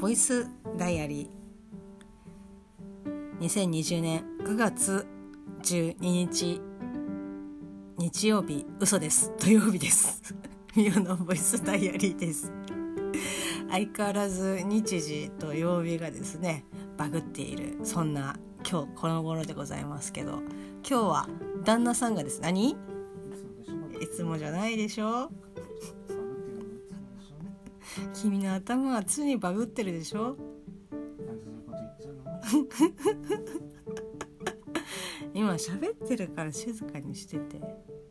ボイスダイアリー2020年9月12日日曜日、嘘です、土曜日ですミオのボイスダイアリーです。相変わらず日時と曜日がですねバグっている、そんな今日この頃でございますけど、今日は旦那さんがです。何？いつもじゃないでしょ君の頭は常にバグってるでしょ今喋ってるから静かにしてて。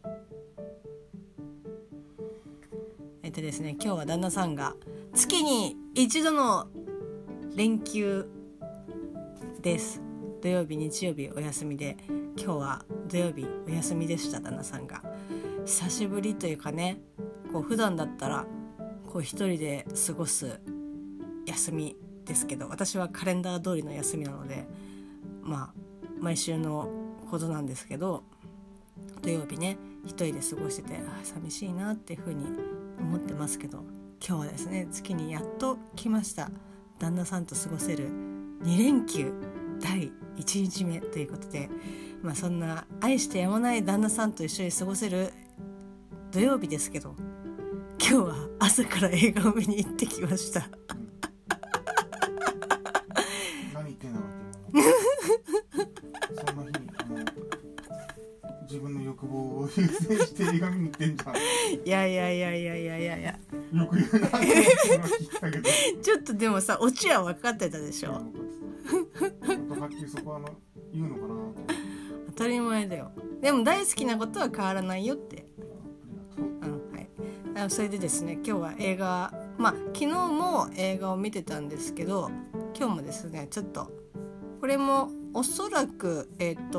ですね、今日は旦那さんが月に一度の連休です。土曜日日曜日お休みで、今日は土曜日お休みでした。旦那さんが久しぶりというかね、こう普段だったらこう一人で過ごす休みですけど、私はカレンダー通りの休みなので毎週のことなんですけど、土曜日ね一人で過ごしてて寂しいなっていう風に思ってますけど、今日はですね月にやっと来ました。旦那さんと過ごせる2連休第1日目ということで、そんな愛してやまない旦那さんと一緒に過ごせる土曜日ですけど、今日は朝から映画を見に行ってきました何言ってんだろうってそんな日に自分の欲望を優先して映画見に行ってんじゃん。 いやよく言うなって聞いたけどちょっとでもさ、オチは分かってたでしょ。 はっきりそこは言うのかなと。 当たり前だよ。でも大好きなことは変わらないよって。はい。それでですね、今日は映画、昨日も映画を見てたんですけど、今日もですねちょっとこれもおそらく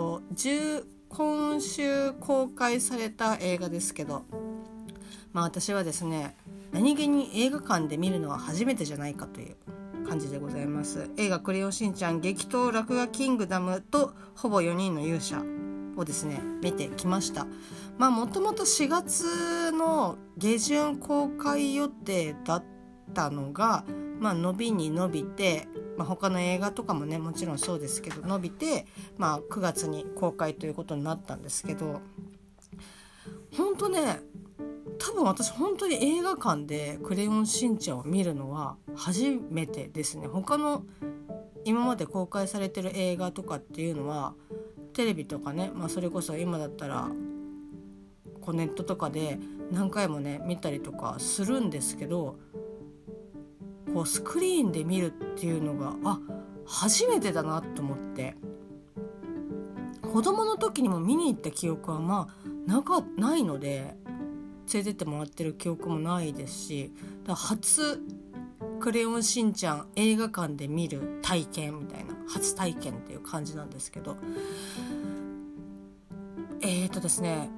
今週公開された映画ですけど、私はですね何気に映画館で見るのは初めてじゃないかという感じでございます。映画クレヨンしんちゃん激闘落書キングダムとほぼ4人の勇者をですね見てきました。もともと4月の下旬公開予定だったのが伸びに伸びて、他の映画とかもねもちろんそうですけど伸びて、9月に公開ということになったんですけど、本当ね多分私本当に映画館でクレヨンしんちゃんを見るのは初めてですね。他の今まで公開されてる映画とかっていうのはテレビとかね、それこそ今だったらこうネットとかで何回もね見たりとかするんですけど、こうスクリーンで見るっていうのが初めてだなと思って、子供の時にも見に行った記憶はないので、連れてってもらってる記憶もないですし、初クレヨンしんちゃん映画館で見る体験みたいな、初体験っていう感じなんですけど、ですね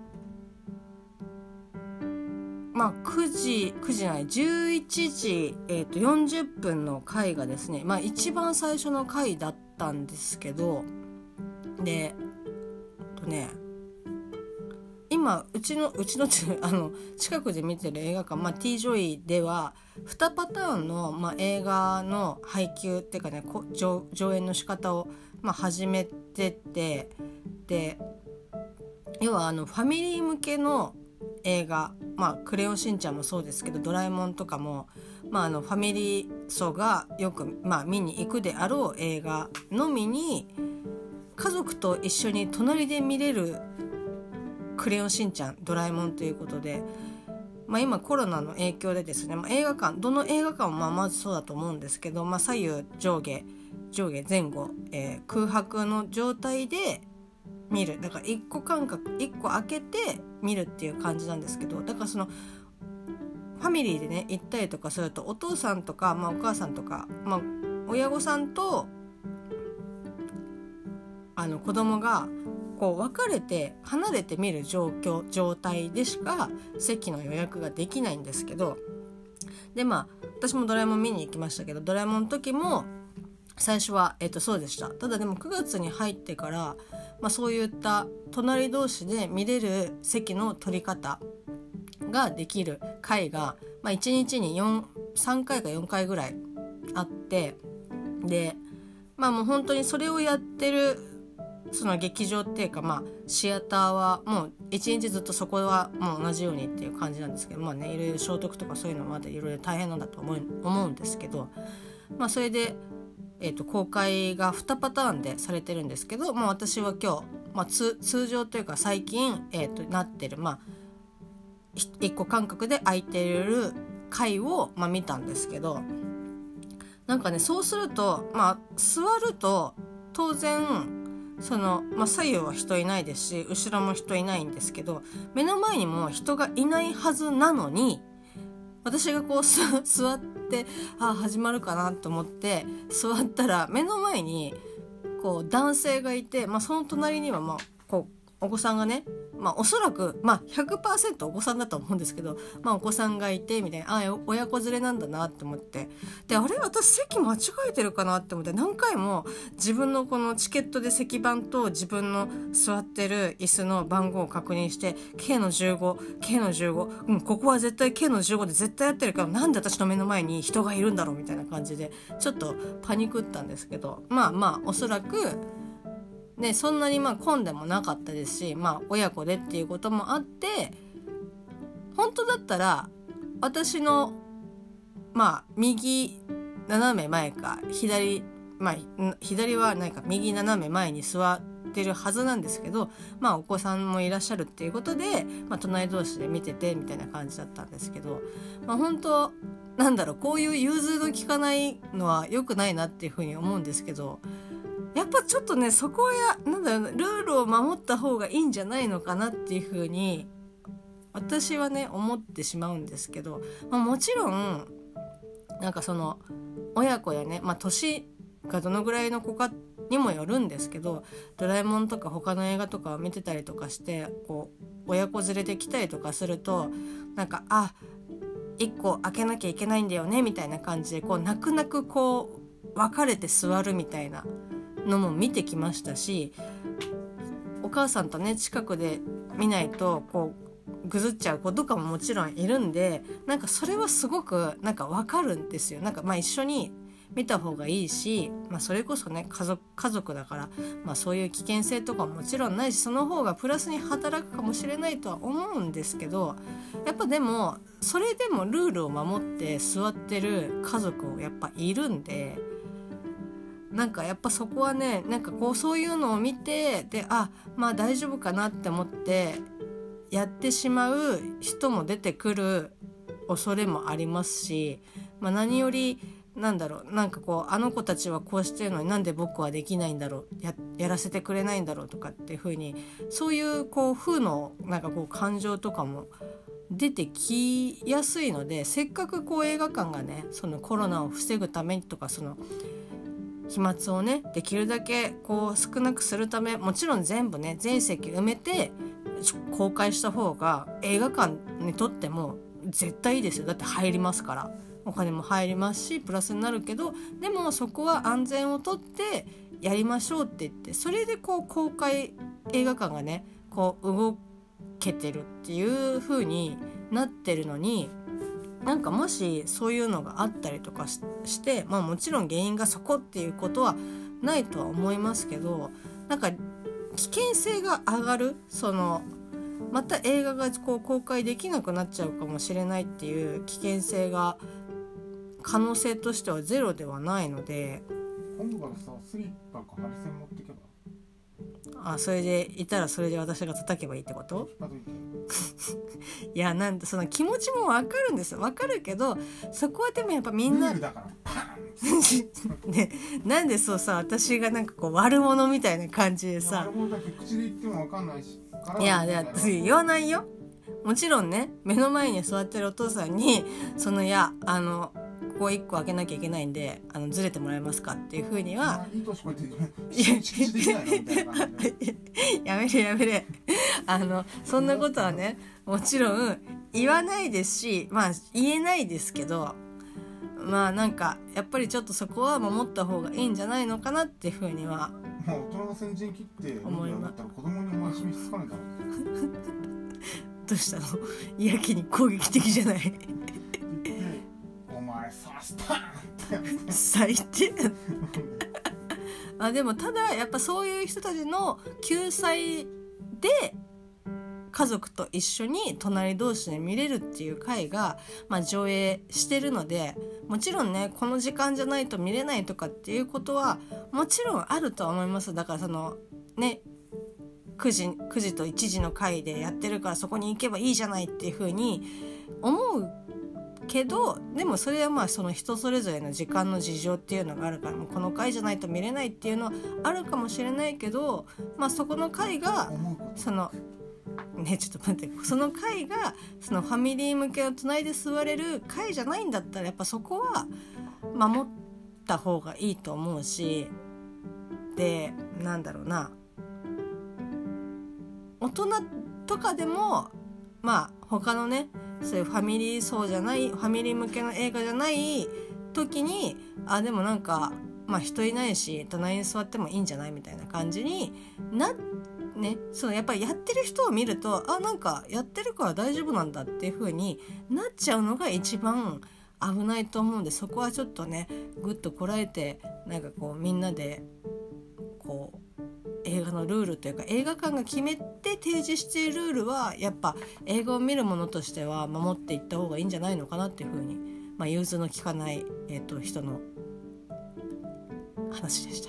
11時、40分の回がですね、一番最初の回だったんですけど、で今うちの近くで見てる映画館、T ジョイでは2パターンの、映画の配給っていうかね上演の仕方を、始めてて、で要はファミリー向けの映画、クレヨンしんちゃんもそうですけどドラえもんとかも、ファミリー層がよく、見に行くであろう映画のみに家族と一緒に隣で見れるクレヨンしんちゃんドラえもんということで、今コロナの影響でですね、映画館どの映画館もまずそうだと思うんですけど、左右上下前後、空白の状態で見る、だから1個間隔1個開けて見るっていう感じなんですけど、だからそのファミリーでね行ったりとかするとお父さんとか、お母さんとか、親御さんと子供がこう分かれて離れて見る状態でしか席の予約ができないんですけど、で私もドラえもん見に行きましたけど、ドラえもんの時も最初は、そうでした。ただでも9月に入ってから、そういった隣同士で見れる席の取り方ができる回が、1日に3回か4回ぐらいあって、でまあもう本当にそれをやってるその劇場っていうか、まあシアターはもう一日ずっとそこはもう同じようにっていう感じなんですけど、まあねいろいろ消毒とかそういうのもまだいろいろ大変なんだと思うんですけど、まあそれで、公開が2パターンでされてるんですけど、まあ、私は今日、まあ、通常というか最近、なってる、まあ、1個間隔で空いてる回を、まあ、見たんですけど、なんかねそうすると、まあ、座ると当然その、まあ、左右は人いないですし後ろも人いないんですけど、目の前にも人がいないはずなのに、私がこう座って始まるかなと思って座ったら、目の前にこう男性がいて、まあ、その隣にはまあこうお子さんがね、まあ、おそらく、まあ、100% お子さんだと思うんですけど、まあ、お子さんがいてみたいな、親子連れなんだなって思って、であれ私席間違えてるかなって思って、何回も自分のこのチケットで席番と自分の座ってる椅子の番号を確認して K の15 K の15、ここは絶対 K の15で絶対やってるから、なんで私の目の前に人がいるんだろうみたいな感じでちょっとパニクったんですけど、まあまあおそらくね、そんなにまあ混んでもなかったですし、まあ親子でっていうこともあって、本当だったら私のまあ右斜め前か左、まあ左はないか右斜め前に座ってるはずなんですけど、まあお子さんもいらっしゃるっていうことで、まあ隣同士で見ててみたいな感じだったんですけど、まあ本当なんだろう、こういう融通の利かないのは良くないなっていうふうに思うんですけど、やっぱちょっとねそこはなんだろう、ルールを守った方がいいんじゃないのかなっていう風に私はね思ってしまうんですけど、まあ、もちろんなんかその親子やね、まあ年がどのぐらいの子かにもよるんですけど、ドラえもんとか他の映画とかを見てたりとかしてこう親子連れで来たりとかすると、なんか1個開けなきゃいけないんだよねみたいな感じでこう泣く泣くこう分かれて座るみたいなのも見てきましたし、お母さんとね近くで見ないとこうぐずっちゃう子とかももちろんいるんで、なんかそれはすごくなんか分かるんですよ。なんかまあ一緒に見た方がいいし、まあ、それこそね家族だから、まあ、そういう危険性とかももちろんないし、その方がプラスに働くかもしれないとは思うんですけど、やっぱでもそれでもルールを守って座ってる家族やっぱいるんで、なんかやっぱそこはね、なんかこうそういうのを見て、でまあ大丈夫かなって思ってやってしまう人も出てくる恐れもありますし、まあ、何よりなんだろう、なんかこうあの子たちはこうしてるのになんで僕はできないんだろう、やらせてくれないんだろうとかっていう風に、そういうこう負のなんかこう感情とかも出てきやすいので、せっかくこう映画館がねそのコロナを防ぐためにとか、その飛沫をねできるだけこう少なくするため、もちろん全部ね全席埋めて公開した方が映画館にとっても絶対いいですよ。だって入りますから、お金も入りますしプラスになるけど、でもそこは安全をとってやりましょうって言って、それでこう公開映画館がねこう動けてるっていう風になってるのに、なんかもしそういうのがあったりとかして、まあもちろん原因がそこっていうことはないとは思いますけど、なんか危険性が上がる、そのまた映画がこう公開できなくなっちゃうかもしれないっていう危険性が可能性としてはゼロではないので、 今度からさスリッパかハリセン持ってけば、 それでいたらそれで私が叩けばいいってこと？いや、なんでその気持ちも分かるんですよ、分かるけど、そこはでもやっぱみんなだからパンね、なんでそうさ、私がなんかこう悪者みたいな感じでさ、 悪者だけ口で言っても分かんないし、 いや言わないよ。もちろんね、目の前に座ってるお父さんにここ1個開けなきゃいけないんでずれてもらえますかっていうふうには、 いい年こいてやめれそんなことはねもちろん言わないですし、まあ言えないですけど、まあなんかやっぱりちょっとそこは守った方がいいんじゃないのかなっていうふうにはもう大人が先陣切って思います。子供にお前示しつかないだろう。 どうしたの？やけに攻撃的じゃない？ お前さスターンってやって最低でもただやっぱそういう人たちの救済で家族と一緒に隣同士で見れるっていう回が、上映してるので、もちろんねこの時間じゃないと見れないとかっていうことはもちろんあるとは思います。だからそのね9時と1時の回でやってるからそこに行けばいいじゃないっていう風に思うけど、でもそれはその人それぞれの時間の事情っていうのがあるから、もうこの回じゃないと見れないっていうのはあるかもしれないけど、そこの回がそのね、ちょっと待って、その回がそのファミリー向けの隣で座れる回じゃないんだったらやっぱそこは守った方がいいと思うし、でなんだろうな、大人とかでも他のねそういうファミリー層じゃないファミリー向けの映画じゃない時にでもなんか人いないし隣に座ってもいいんじゃないみたいな感じにそのやっぱりやってる人を見るとなんかやってるから大丈夫なんだっていう風になっちゃうのが一番危ないと思うんで、そこはちょっとねぐっとこらえてなんかこうみんなでこう映画のルールというか映画館が決めて提示しているルールはやっぱ映画を見るものとしては守っていった方がいいんじゃないのかなっていう風に、融通の利かない、人の話でした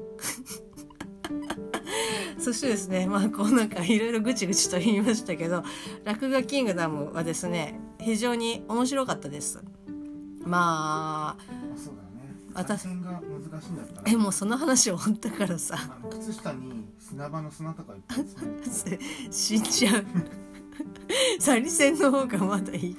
そしてですね、こうなんかいろいろぐちぐちと言いましたけど、落書キングダムはですね非常に面白かったです。 そうだよね。回線が難しいんだったらもうその話を本当からさ、 靴下に砂場の砂とかいっぱいですね死んじゃうサリセンの方がまだいい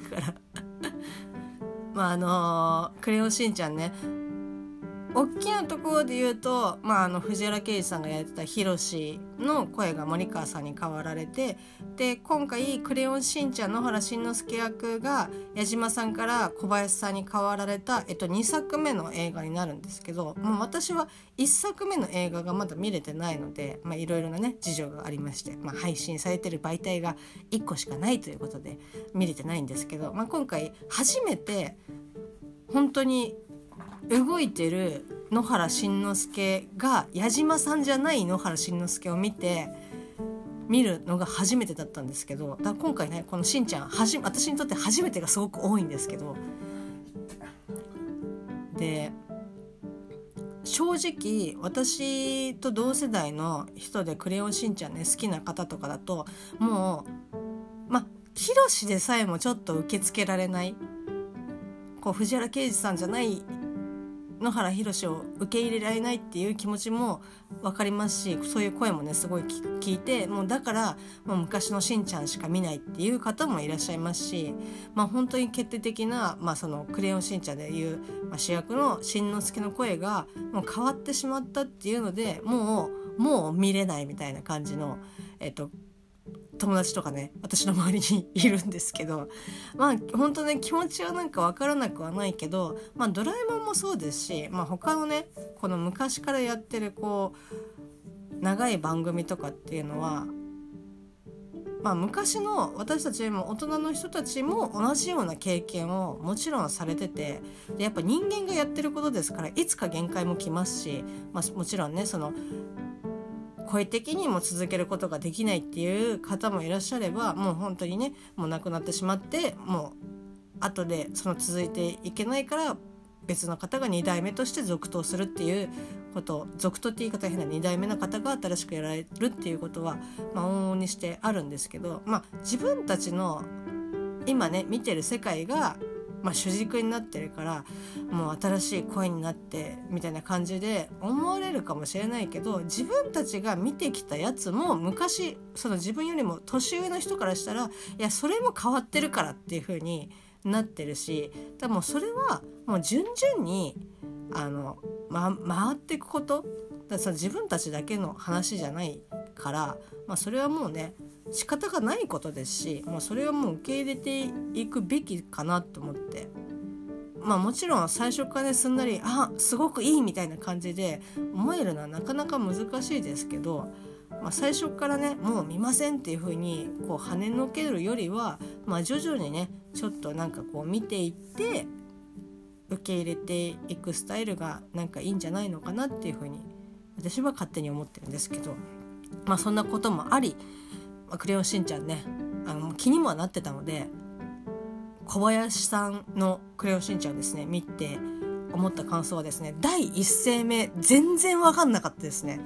からクレヨンしんちゃんね、大きなところで言うと、藤原啓治さんがやってたヒロシの声が森川さんに変わられて、で今回クレヨンしんちゃん野原しんのすけ役が矢島さんから小林さんに変わられた、2作目の映画になるんですけど、もう私は1作目の映画がまだ見れてないので、いろいろなね事情がありまして、配信されてる媒体が1個しかないということで見れてないんですけど、今回初めて本当に動いてる野原しんのすけが矢島さんじゃない野原しんのすけを見るのが初めてだったんですけど、だから今回ねこのしんちゃん私にとって初めてがすごく多いんですけど、で正直私と同世代の人でクレヨンしんちゃんね好きな方とかだともうヒロシでさえもちょっと受け付けられない、こう藤原啓治さんじゃない野原ひろしを受け入れられないっていう気持ちも分かりますし、そういう声もねすごい聞いて、もうだからもう昔のしんちゃんしか見ないっていう方もいらっしゃいますし、本当に決定的な、そのクレヨンしんちゃんでいう、主役のしんのすけの声がもう変わってしまったっていうのでもう見れないみたいな感じの友達とかね私の周りにいるんですけど、本当ね気持ちはなんか分からなくはないけど、ドラえもんもそうですし、他のねこの昔からやってるこう長い番組とかっていうのは、昔の私たちよりも大人の人たちも同じような経験をもちろんされてて、でやっぱ人間がやってることですからいつか限界も来ますし、もちろんねその声的にも続けることができないっていう方もいらっしゃれば、もう本当にねもう亡くなってしまって、もう後でその続いていけないから別の方が2代目として続投するっていうこと、続投って言い方変な2代目の方が新しくやられるっていうことは往々にしてあるんですけど、自分たちの今ね見てる世界が主軸になってるからもう新しい声になってみたいな感じで思われるかもしれないけど、自分たちが見てきたやつも昔その自分よりも年上の人からしたらいやそれも変わってるからっていう風になってるし、だからもうそれはもう順々に回っていくこと、だから自分たちだけの話じゃないから、それはもうね仕方がないことですし、それはもう受け入れていくべきかなと思って、もちろん最初からねすんなりすごくいいみたいな感じで思えるのはなかなか難しいですけど、最初からねもう見ませんっていう風にこう跳ねのけるよりは、徐々にねちょっとなんかこう見ていって受け入れていくスタイルがなんかいいんじゃないのかなっていうふうに私は勝手に思ってるんですけど、そんなこともあり、クレヨンしんちゃんね気にもはなってたので、小林さんのクレヨンしんちゃんですね見て思った感想はですね、第一声目全然分かんなかったですね。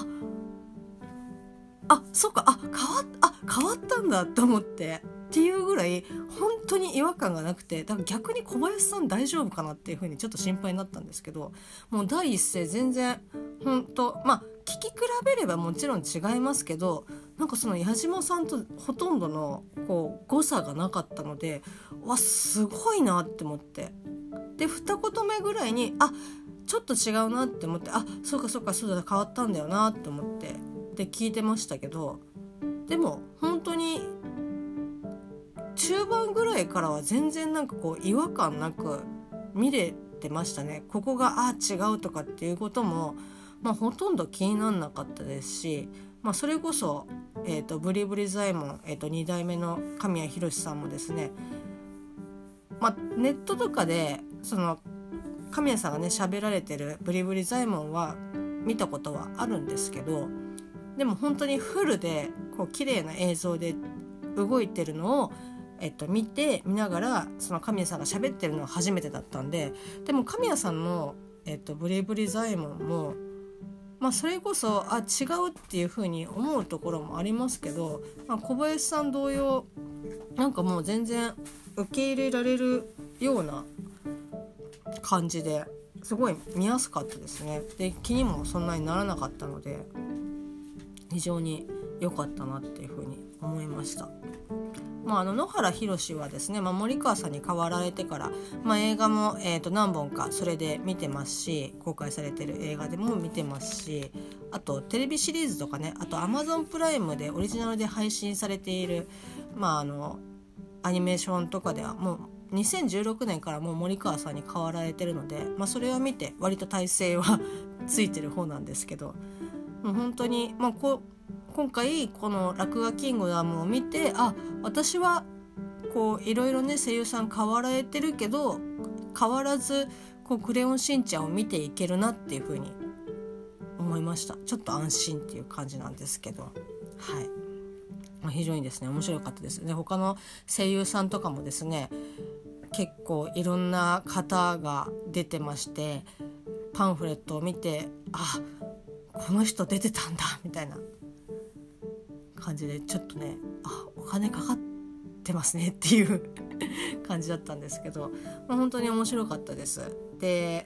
そうか変わったんだと思っていうぐらい本当に違和感がなくて、だから逆に小林さん大丈夫かなっていう風にちょっと心配になったんですけど、もう第一声全然本当聞き比べればもちろん違いますけど、なんかその矢島さんとほとんどの誤差がなかったので、すごいなって思って、で二言目ぐらいにちょっと違うなって思って、そうかそうだ変わったんだよなって思ってで聞いてましたけど、でも本当に中盤ぐらいからは全然なんか違和感なく見れてましたね。ここが違うとかっていうこともほとんど気にならなかったですし、それこそ、ブリブリ左衛門、2代目の神谷博さんもですね、ネットとかでその神谷さんがね喋られてるブリブリ左衛門は見たことはあるんですけど、でも本当にフルで綺麗な映像で動いてるのを見ながらその神谷さんが喋ってるのは初めてだったんで、でも神谷さんの、ブリブリ左衛門もそれこそ違うっていう風に思うところもありますけど、小林さん同様なんかもう全然受け入れられるような感じですごい見やすかったですね。で気にもそんなにならなかったので非常に良かったなっていう風に思いました。野原ひろしはですね、森川さんに代わられてから、映画も、何本かそれで見てますし、公開されてる映画でも見てますし、あとテレビシリーズとかね、あと Amazon プライムでオリジナルで配信されている、アニメーションとかではもう2016年からもう森川さんに代わられてるので、それを見て割と体勢はついてる方なんですけど、もう本当に今回この落書キングダムを見て私はいろいろね声優さん変わられてるけど変わらずクレヨンしんちゃんを見ていけるなっていう風に思いました。ちょっと安心っていう感じなんですけど、非常にですね面白かったですね。他の声優さんとかもですね結構いろんな方が出てまして、パンフレットを見てこの人出てたんだみたいな感じでちょっとねお金かかってますねっていう感じだったんですけど、本当に面白かったです。で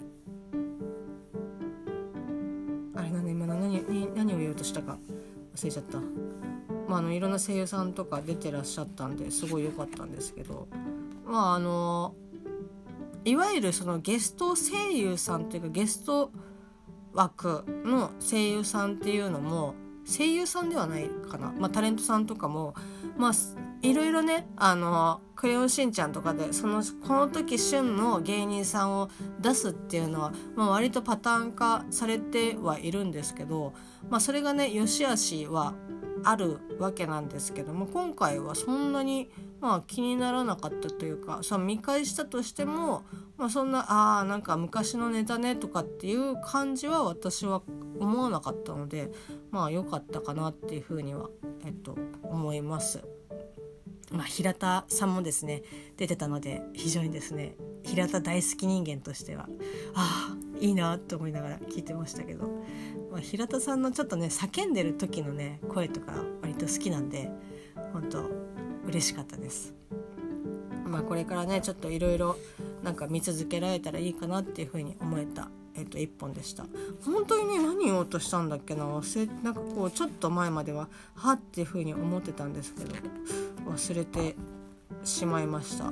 あれ今何を言おうとしたか忘れちゃった。いろんな声優さんとか出てらっしゃったんですごい良かったんですけど、いわゆるそのゲスト声優さんというかゲスト枠の声優さんっていうのも声優さんではないかな、タレントさんとかもいろいろねクレヨンしんちゃんとかでこの時旬の芸人さんを出すっていうのは、割とパターン化されてはいるんですけど、それがね良し悪しはあるわけなんですけども、今回はそんなに気にならなかったというか、見返したとしても、そんななんか昔のネタねとかっていう感じは私は思わなかったので、良かったかなっていうふうには、思います。平田さんもですね出てたので、非常にですね平田大好き人間としてはいいなと思いながら聞いてましたけど、平田さんのちょっとね叫んでる時のね声とか割と好きなんで本当嬉しかったです。これからねちょっといろいろなんか見続けられたらいいかなっていうふうに思えた一本でした。本当にね何言おうとしたんだっけな、なんかちょっと前まではっていうふうに思ってたんですけど忘れてしまいました。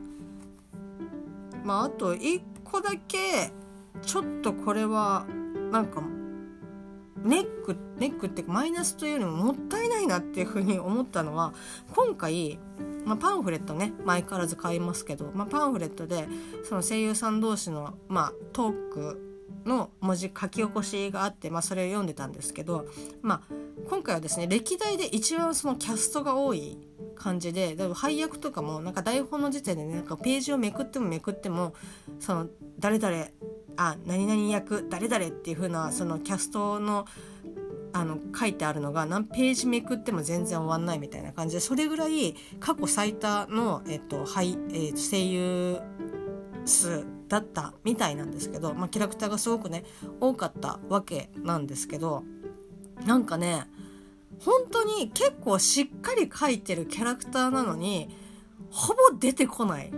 あと1個だけちょっとこれはなんかネックっていうかマイナスというよりももったいないなっていうふうに思ったのは、今回パンフレットね相変わらず買いますけど、パンフレットでその声優さん同士のトークの文字書き起こしがあって、それを読んでたんですけど、今回はですね歴代で一番そのキャストが多い感じで、だから配役とかもなんか台本の時点でね、なんかページをめくってもその誰々何々役誰々っていう風なそのキャストの書いてあるのが何ページめくっても全然終わんないみたいな感じで、それぐらい過去最多の、声優数だったみたいなんですけど、キャラクターがすごくね多かったわけなんですけど、なんかね本当に結構しっかり書いてるキャラクターなのにほぼ出てこない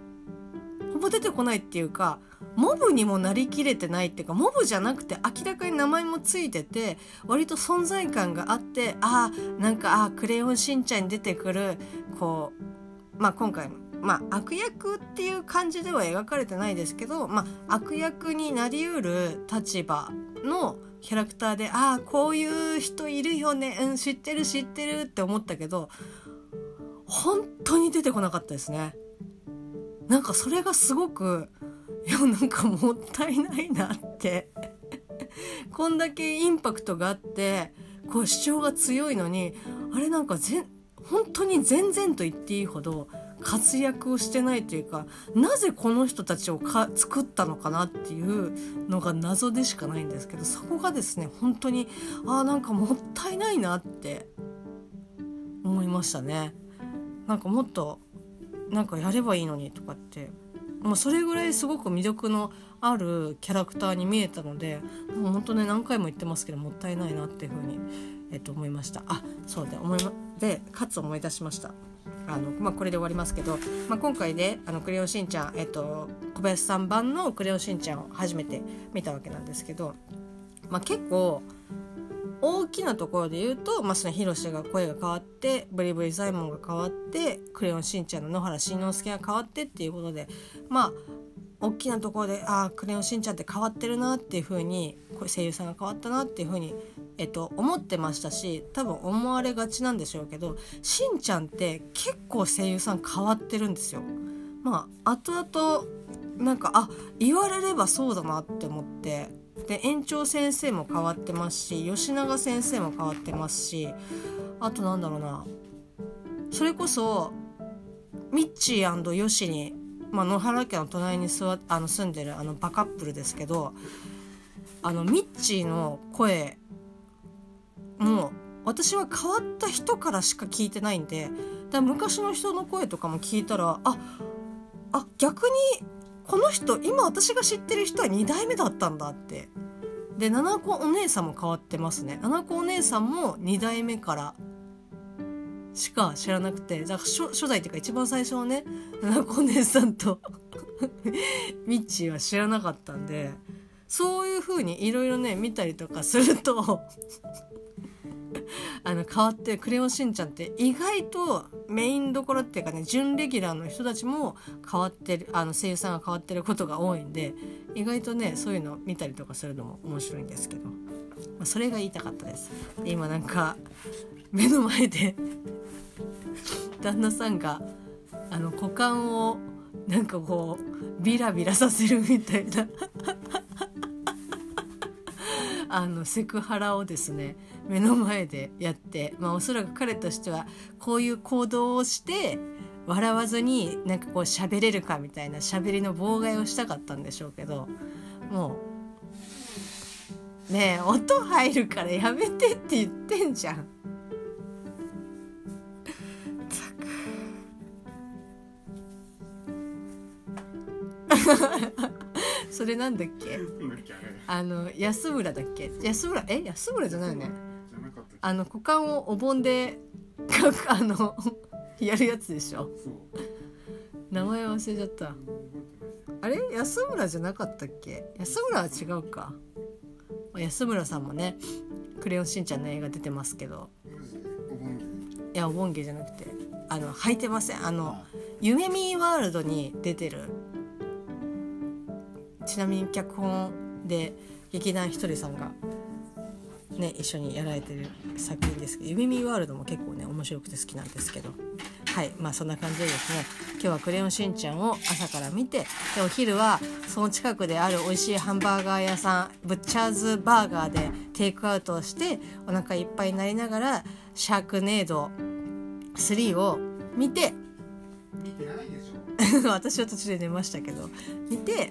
っていうか、モブにもなりきれてないっていうか、モブじゃなくて明らかに名前もついてて割と存在感があって、クレヨンしんちゃんに出てくるこう、今回悪役っていう感じでは描かれてないですけど、悪役になりうる立場のキャラクターで、こういう人いるよね、知ってるって思ったけど、本当に出てこなかったですね。なんかそれがすごくなんかもったいないなってこんだけインパクトがあってこう主張が強いのに、なんか本当に全然と言っていいほど活躍をしてないというか、なぜこの人たちを作ったのかなっていうのが謎でしかないんですけど、そこがですね本当になんかもったいないなって思いましたね。なんかもっとなんかやればいいのにとかって、もうそれぐらいすごく魅力のあるキャラクターに見えたので、もう本当ね何回も言ってますけどもったいないなっていうふうに、思いました。そうでかつ思い出しました。これで終わりますけど、今回でクレヨンしんちゃん、小林さん版のクレヨンしんちゃんを初めて見たわけなんですけど、結構大きなところで言うと、そのヒロシが声が変わって、ブリブリサイモンが変わって、クレヨンしんちゃんの野原しんのすけが変わってっていうことで、大きなところでクレヨンしんちゃんって変わってるなっていう風に、声優さんが変わったなっていう風に、思ってましたし、多分思われがちなんでしょうけど、しんちゃんって結構声優さん変わってるんですよ。後々なんか言われればそうだなって思って、で園長先生も変わってますし、吉永先生も変わってますし、あとなんだろうな、それこそミッチー&ヨシに、野原家の隣に住んでるバカップルですけど、ミッチーの声もう私は変わった人からしか聞いてないんで、昔の人の声とかも聞いたら逆にこの人今私が知ってる人は2代目だったんだって。で七子お姉さんも変わってますね。七子お姉さんも2代目からしか知らなくて、だから初代っていうか一番最初はね七子お姉さんとミッチーは知らなかったんで、そういう風にいろいろね見たりとかすると変わって、クレヨンしんちゃんって意外とメインどころっていうかね、準レギュラーの人たちも変わってる、声優さんが変わってることが多いんで、意外とねそういうの見たりとかするのも面白いんですけど、それが言いたかったです。で今なんか目の前で旦那さんが股間をなんかこうビラビラさせるみたいなセクハラをですね目の前でやって、おそらく彼としてはこういう行動をして笑わずになんかこう喋れるかみたいな喋りの妨害をしたかったんでしょうけど、もうねえ音入るからやめてって言ってんじゃん。それなんだっけ、安村だっけ、安村じゃないよね、股間をお盆でやるやつでしょ。名前忘れちゃった。あれ安村じゃなかったっけ。安村は違うか。安村さんもねクレヨンしんちゃんの映画出てますけど、いやお盆芸じゃなくて履いてません。夢見ワールドに出てる、ちなみに脚本で劇団ひとりさんがね一緒にやられてる作品ですけど、夢見ワールドも結構ね面白くて好きなんですけど、 はい、そんな感じでですね、今日はクレヨンしんちゃんを朝から見て、でお昼はその近くである美味しいハンバーガー屋さん、ブッチャーズバーガーでテイクアウトをしてお腹いっぱいになりながらシャークネード3を見て見てないでしょ私は途中で寝ましたけど、見て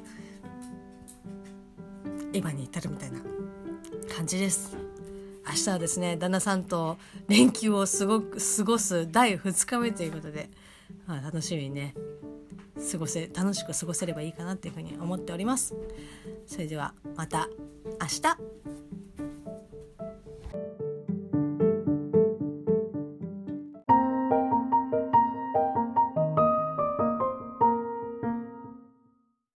今に至るみたいな感じです。明日はですね、旦那さんと連休を過ごす第2日目ということで、楽しみにね楽しく過ごせればいいかなっていうふうに思っております。それではまた明日。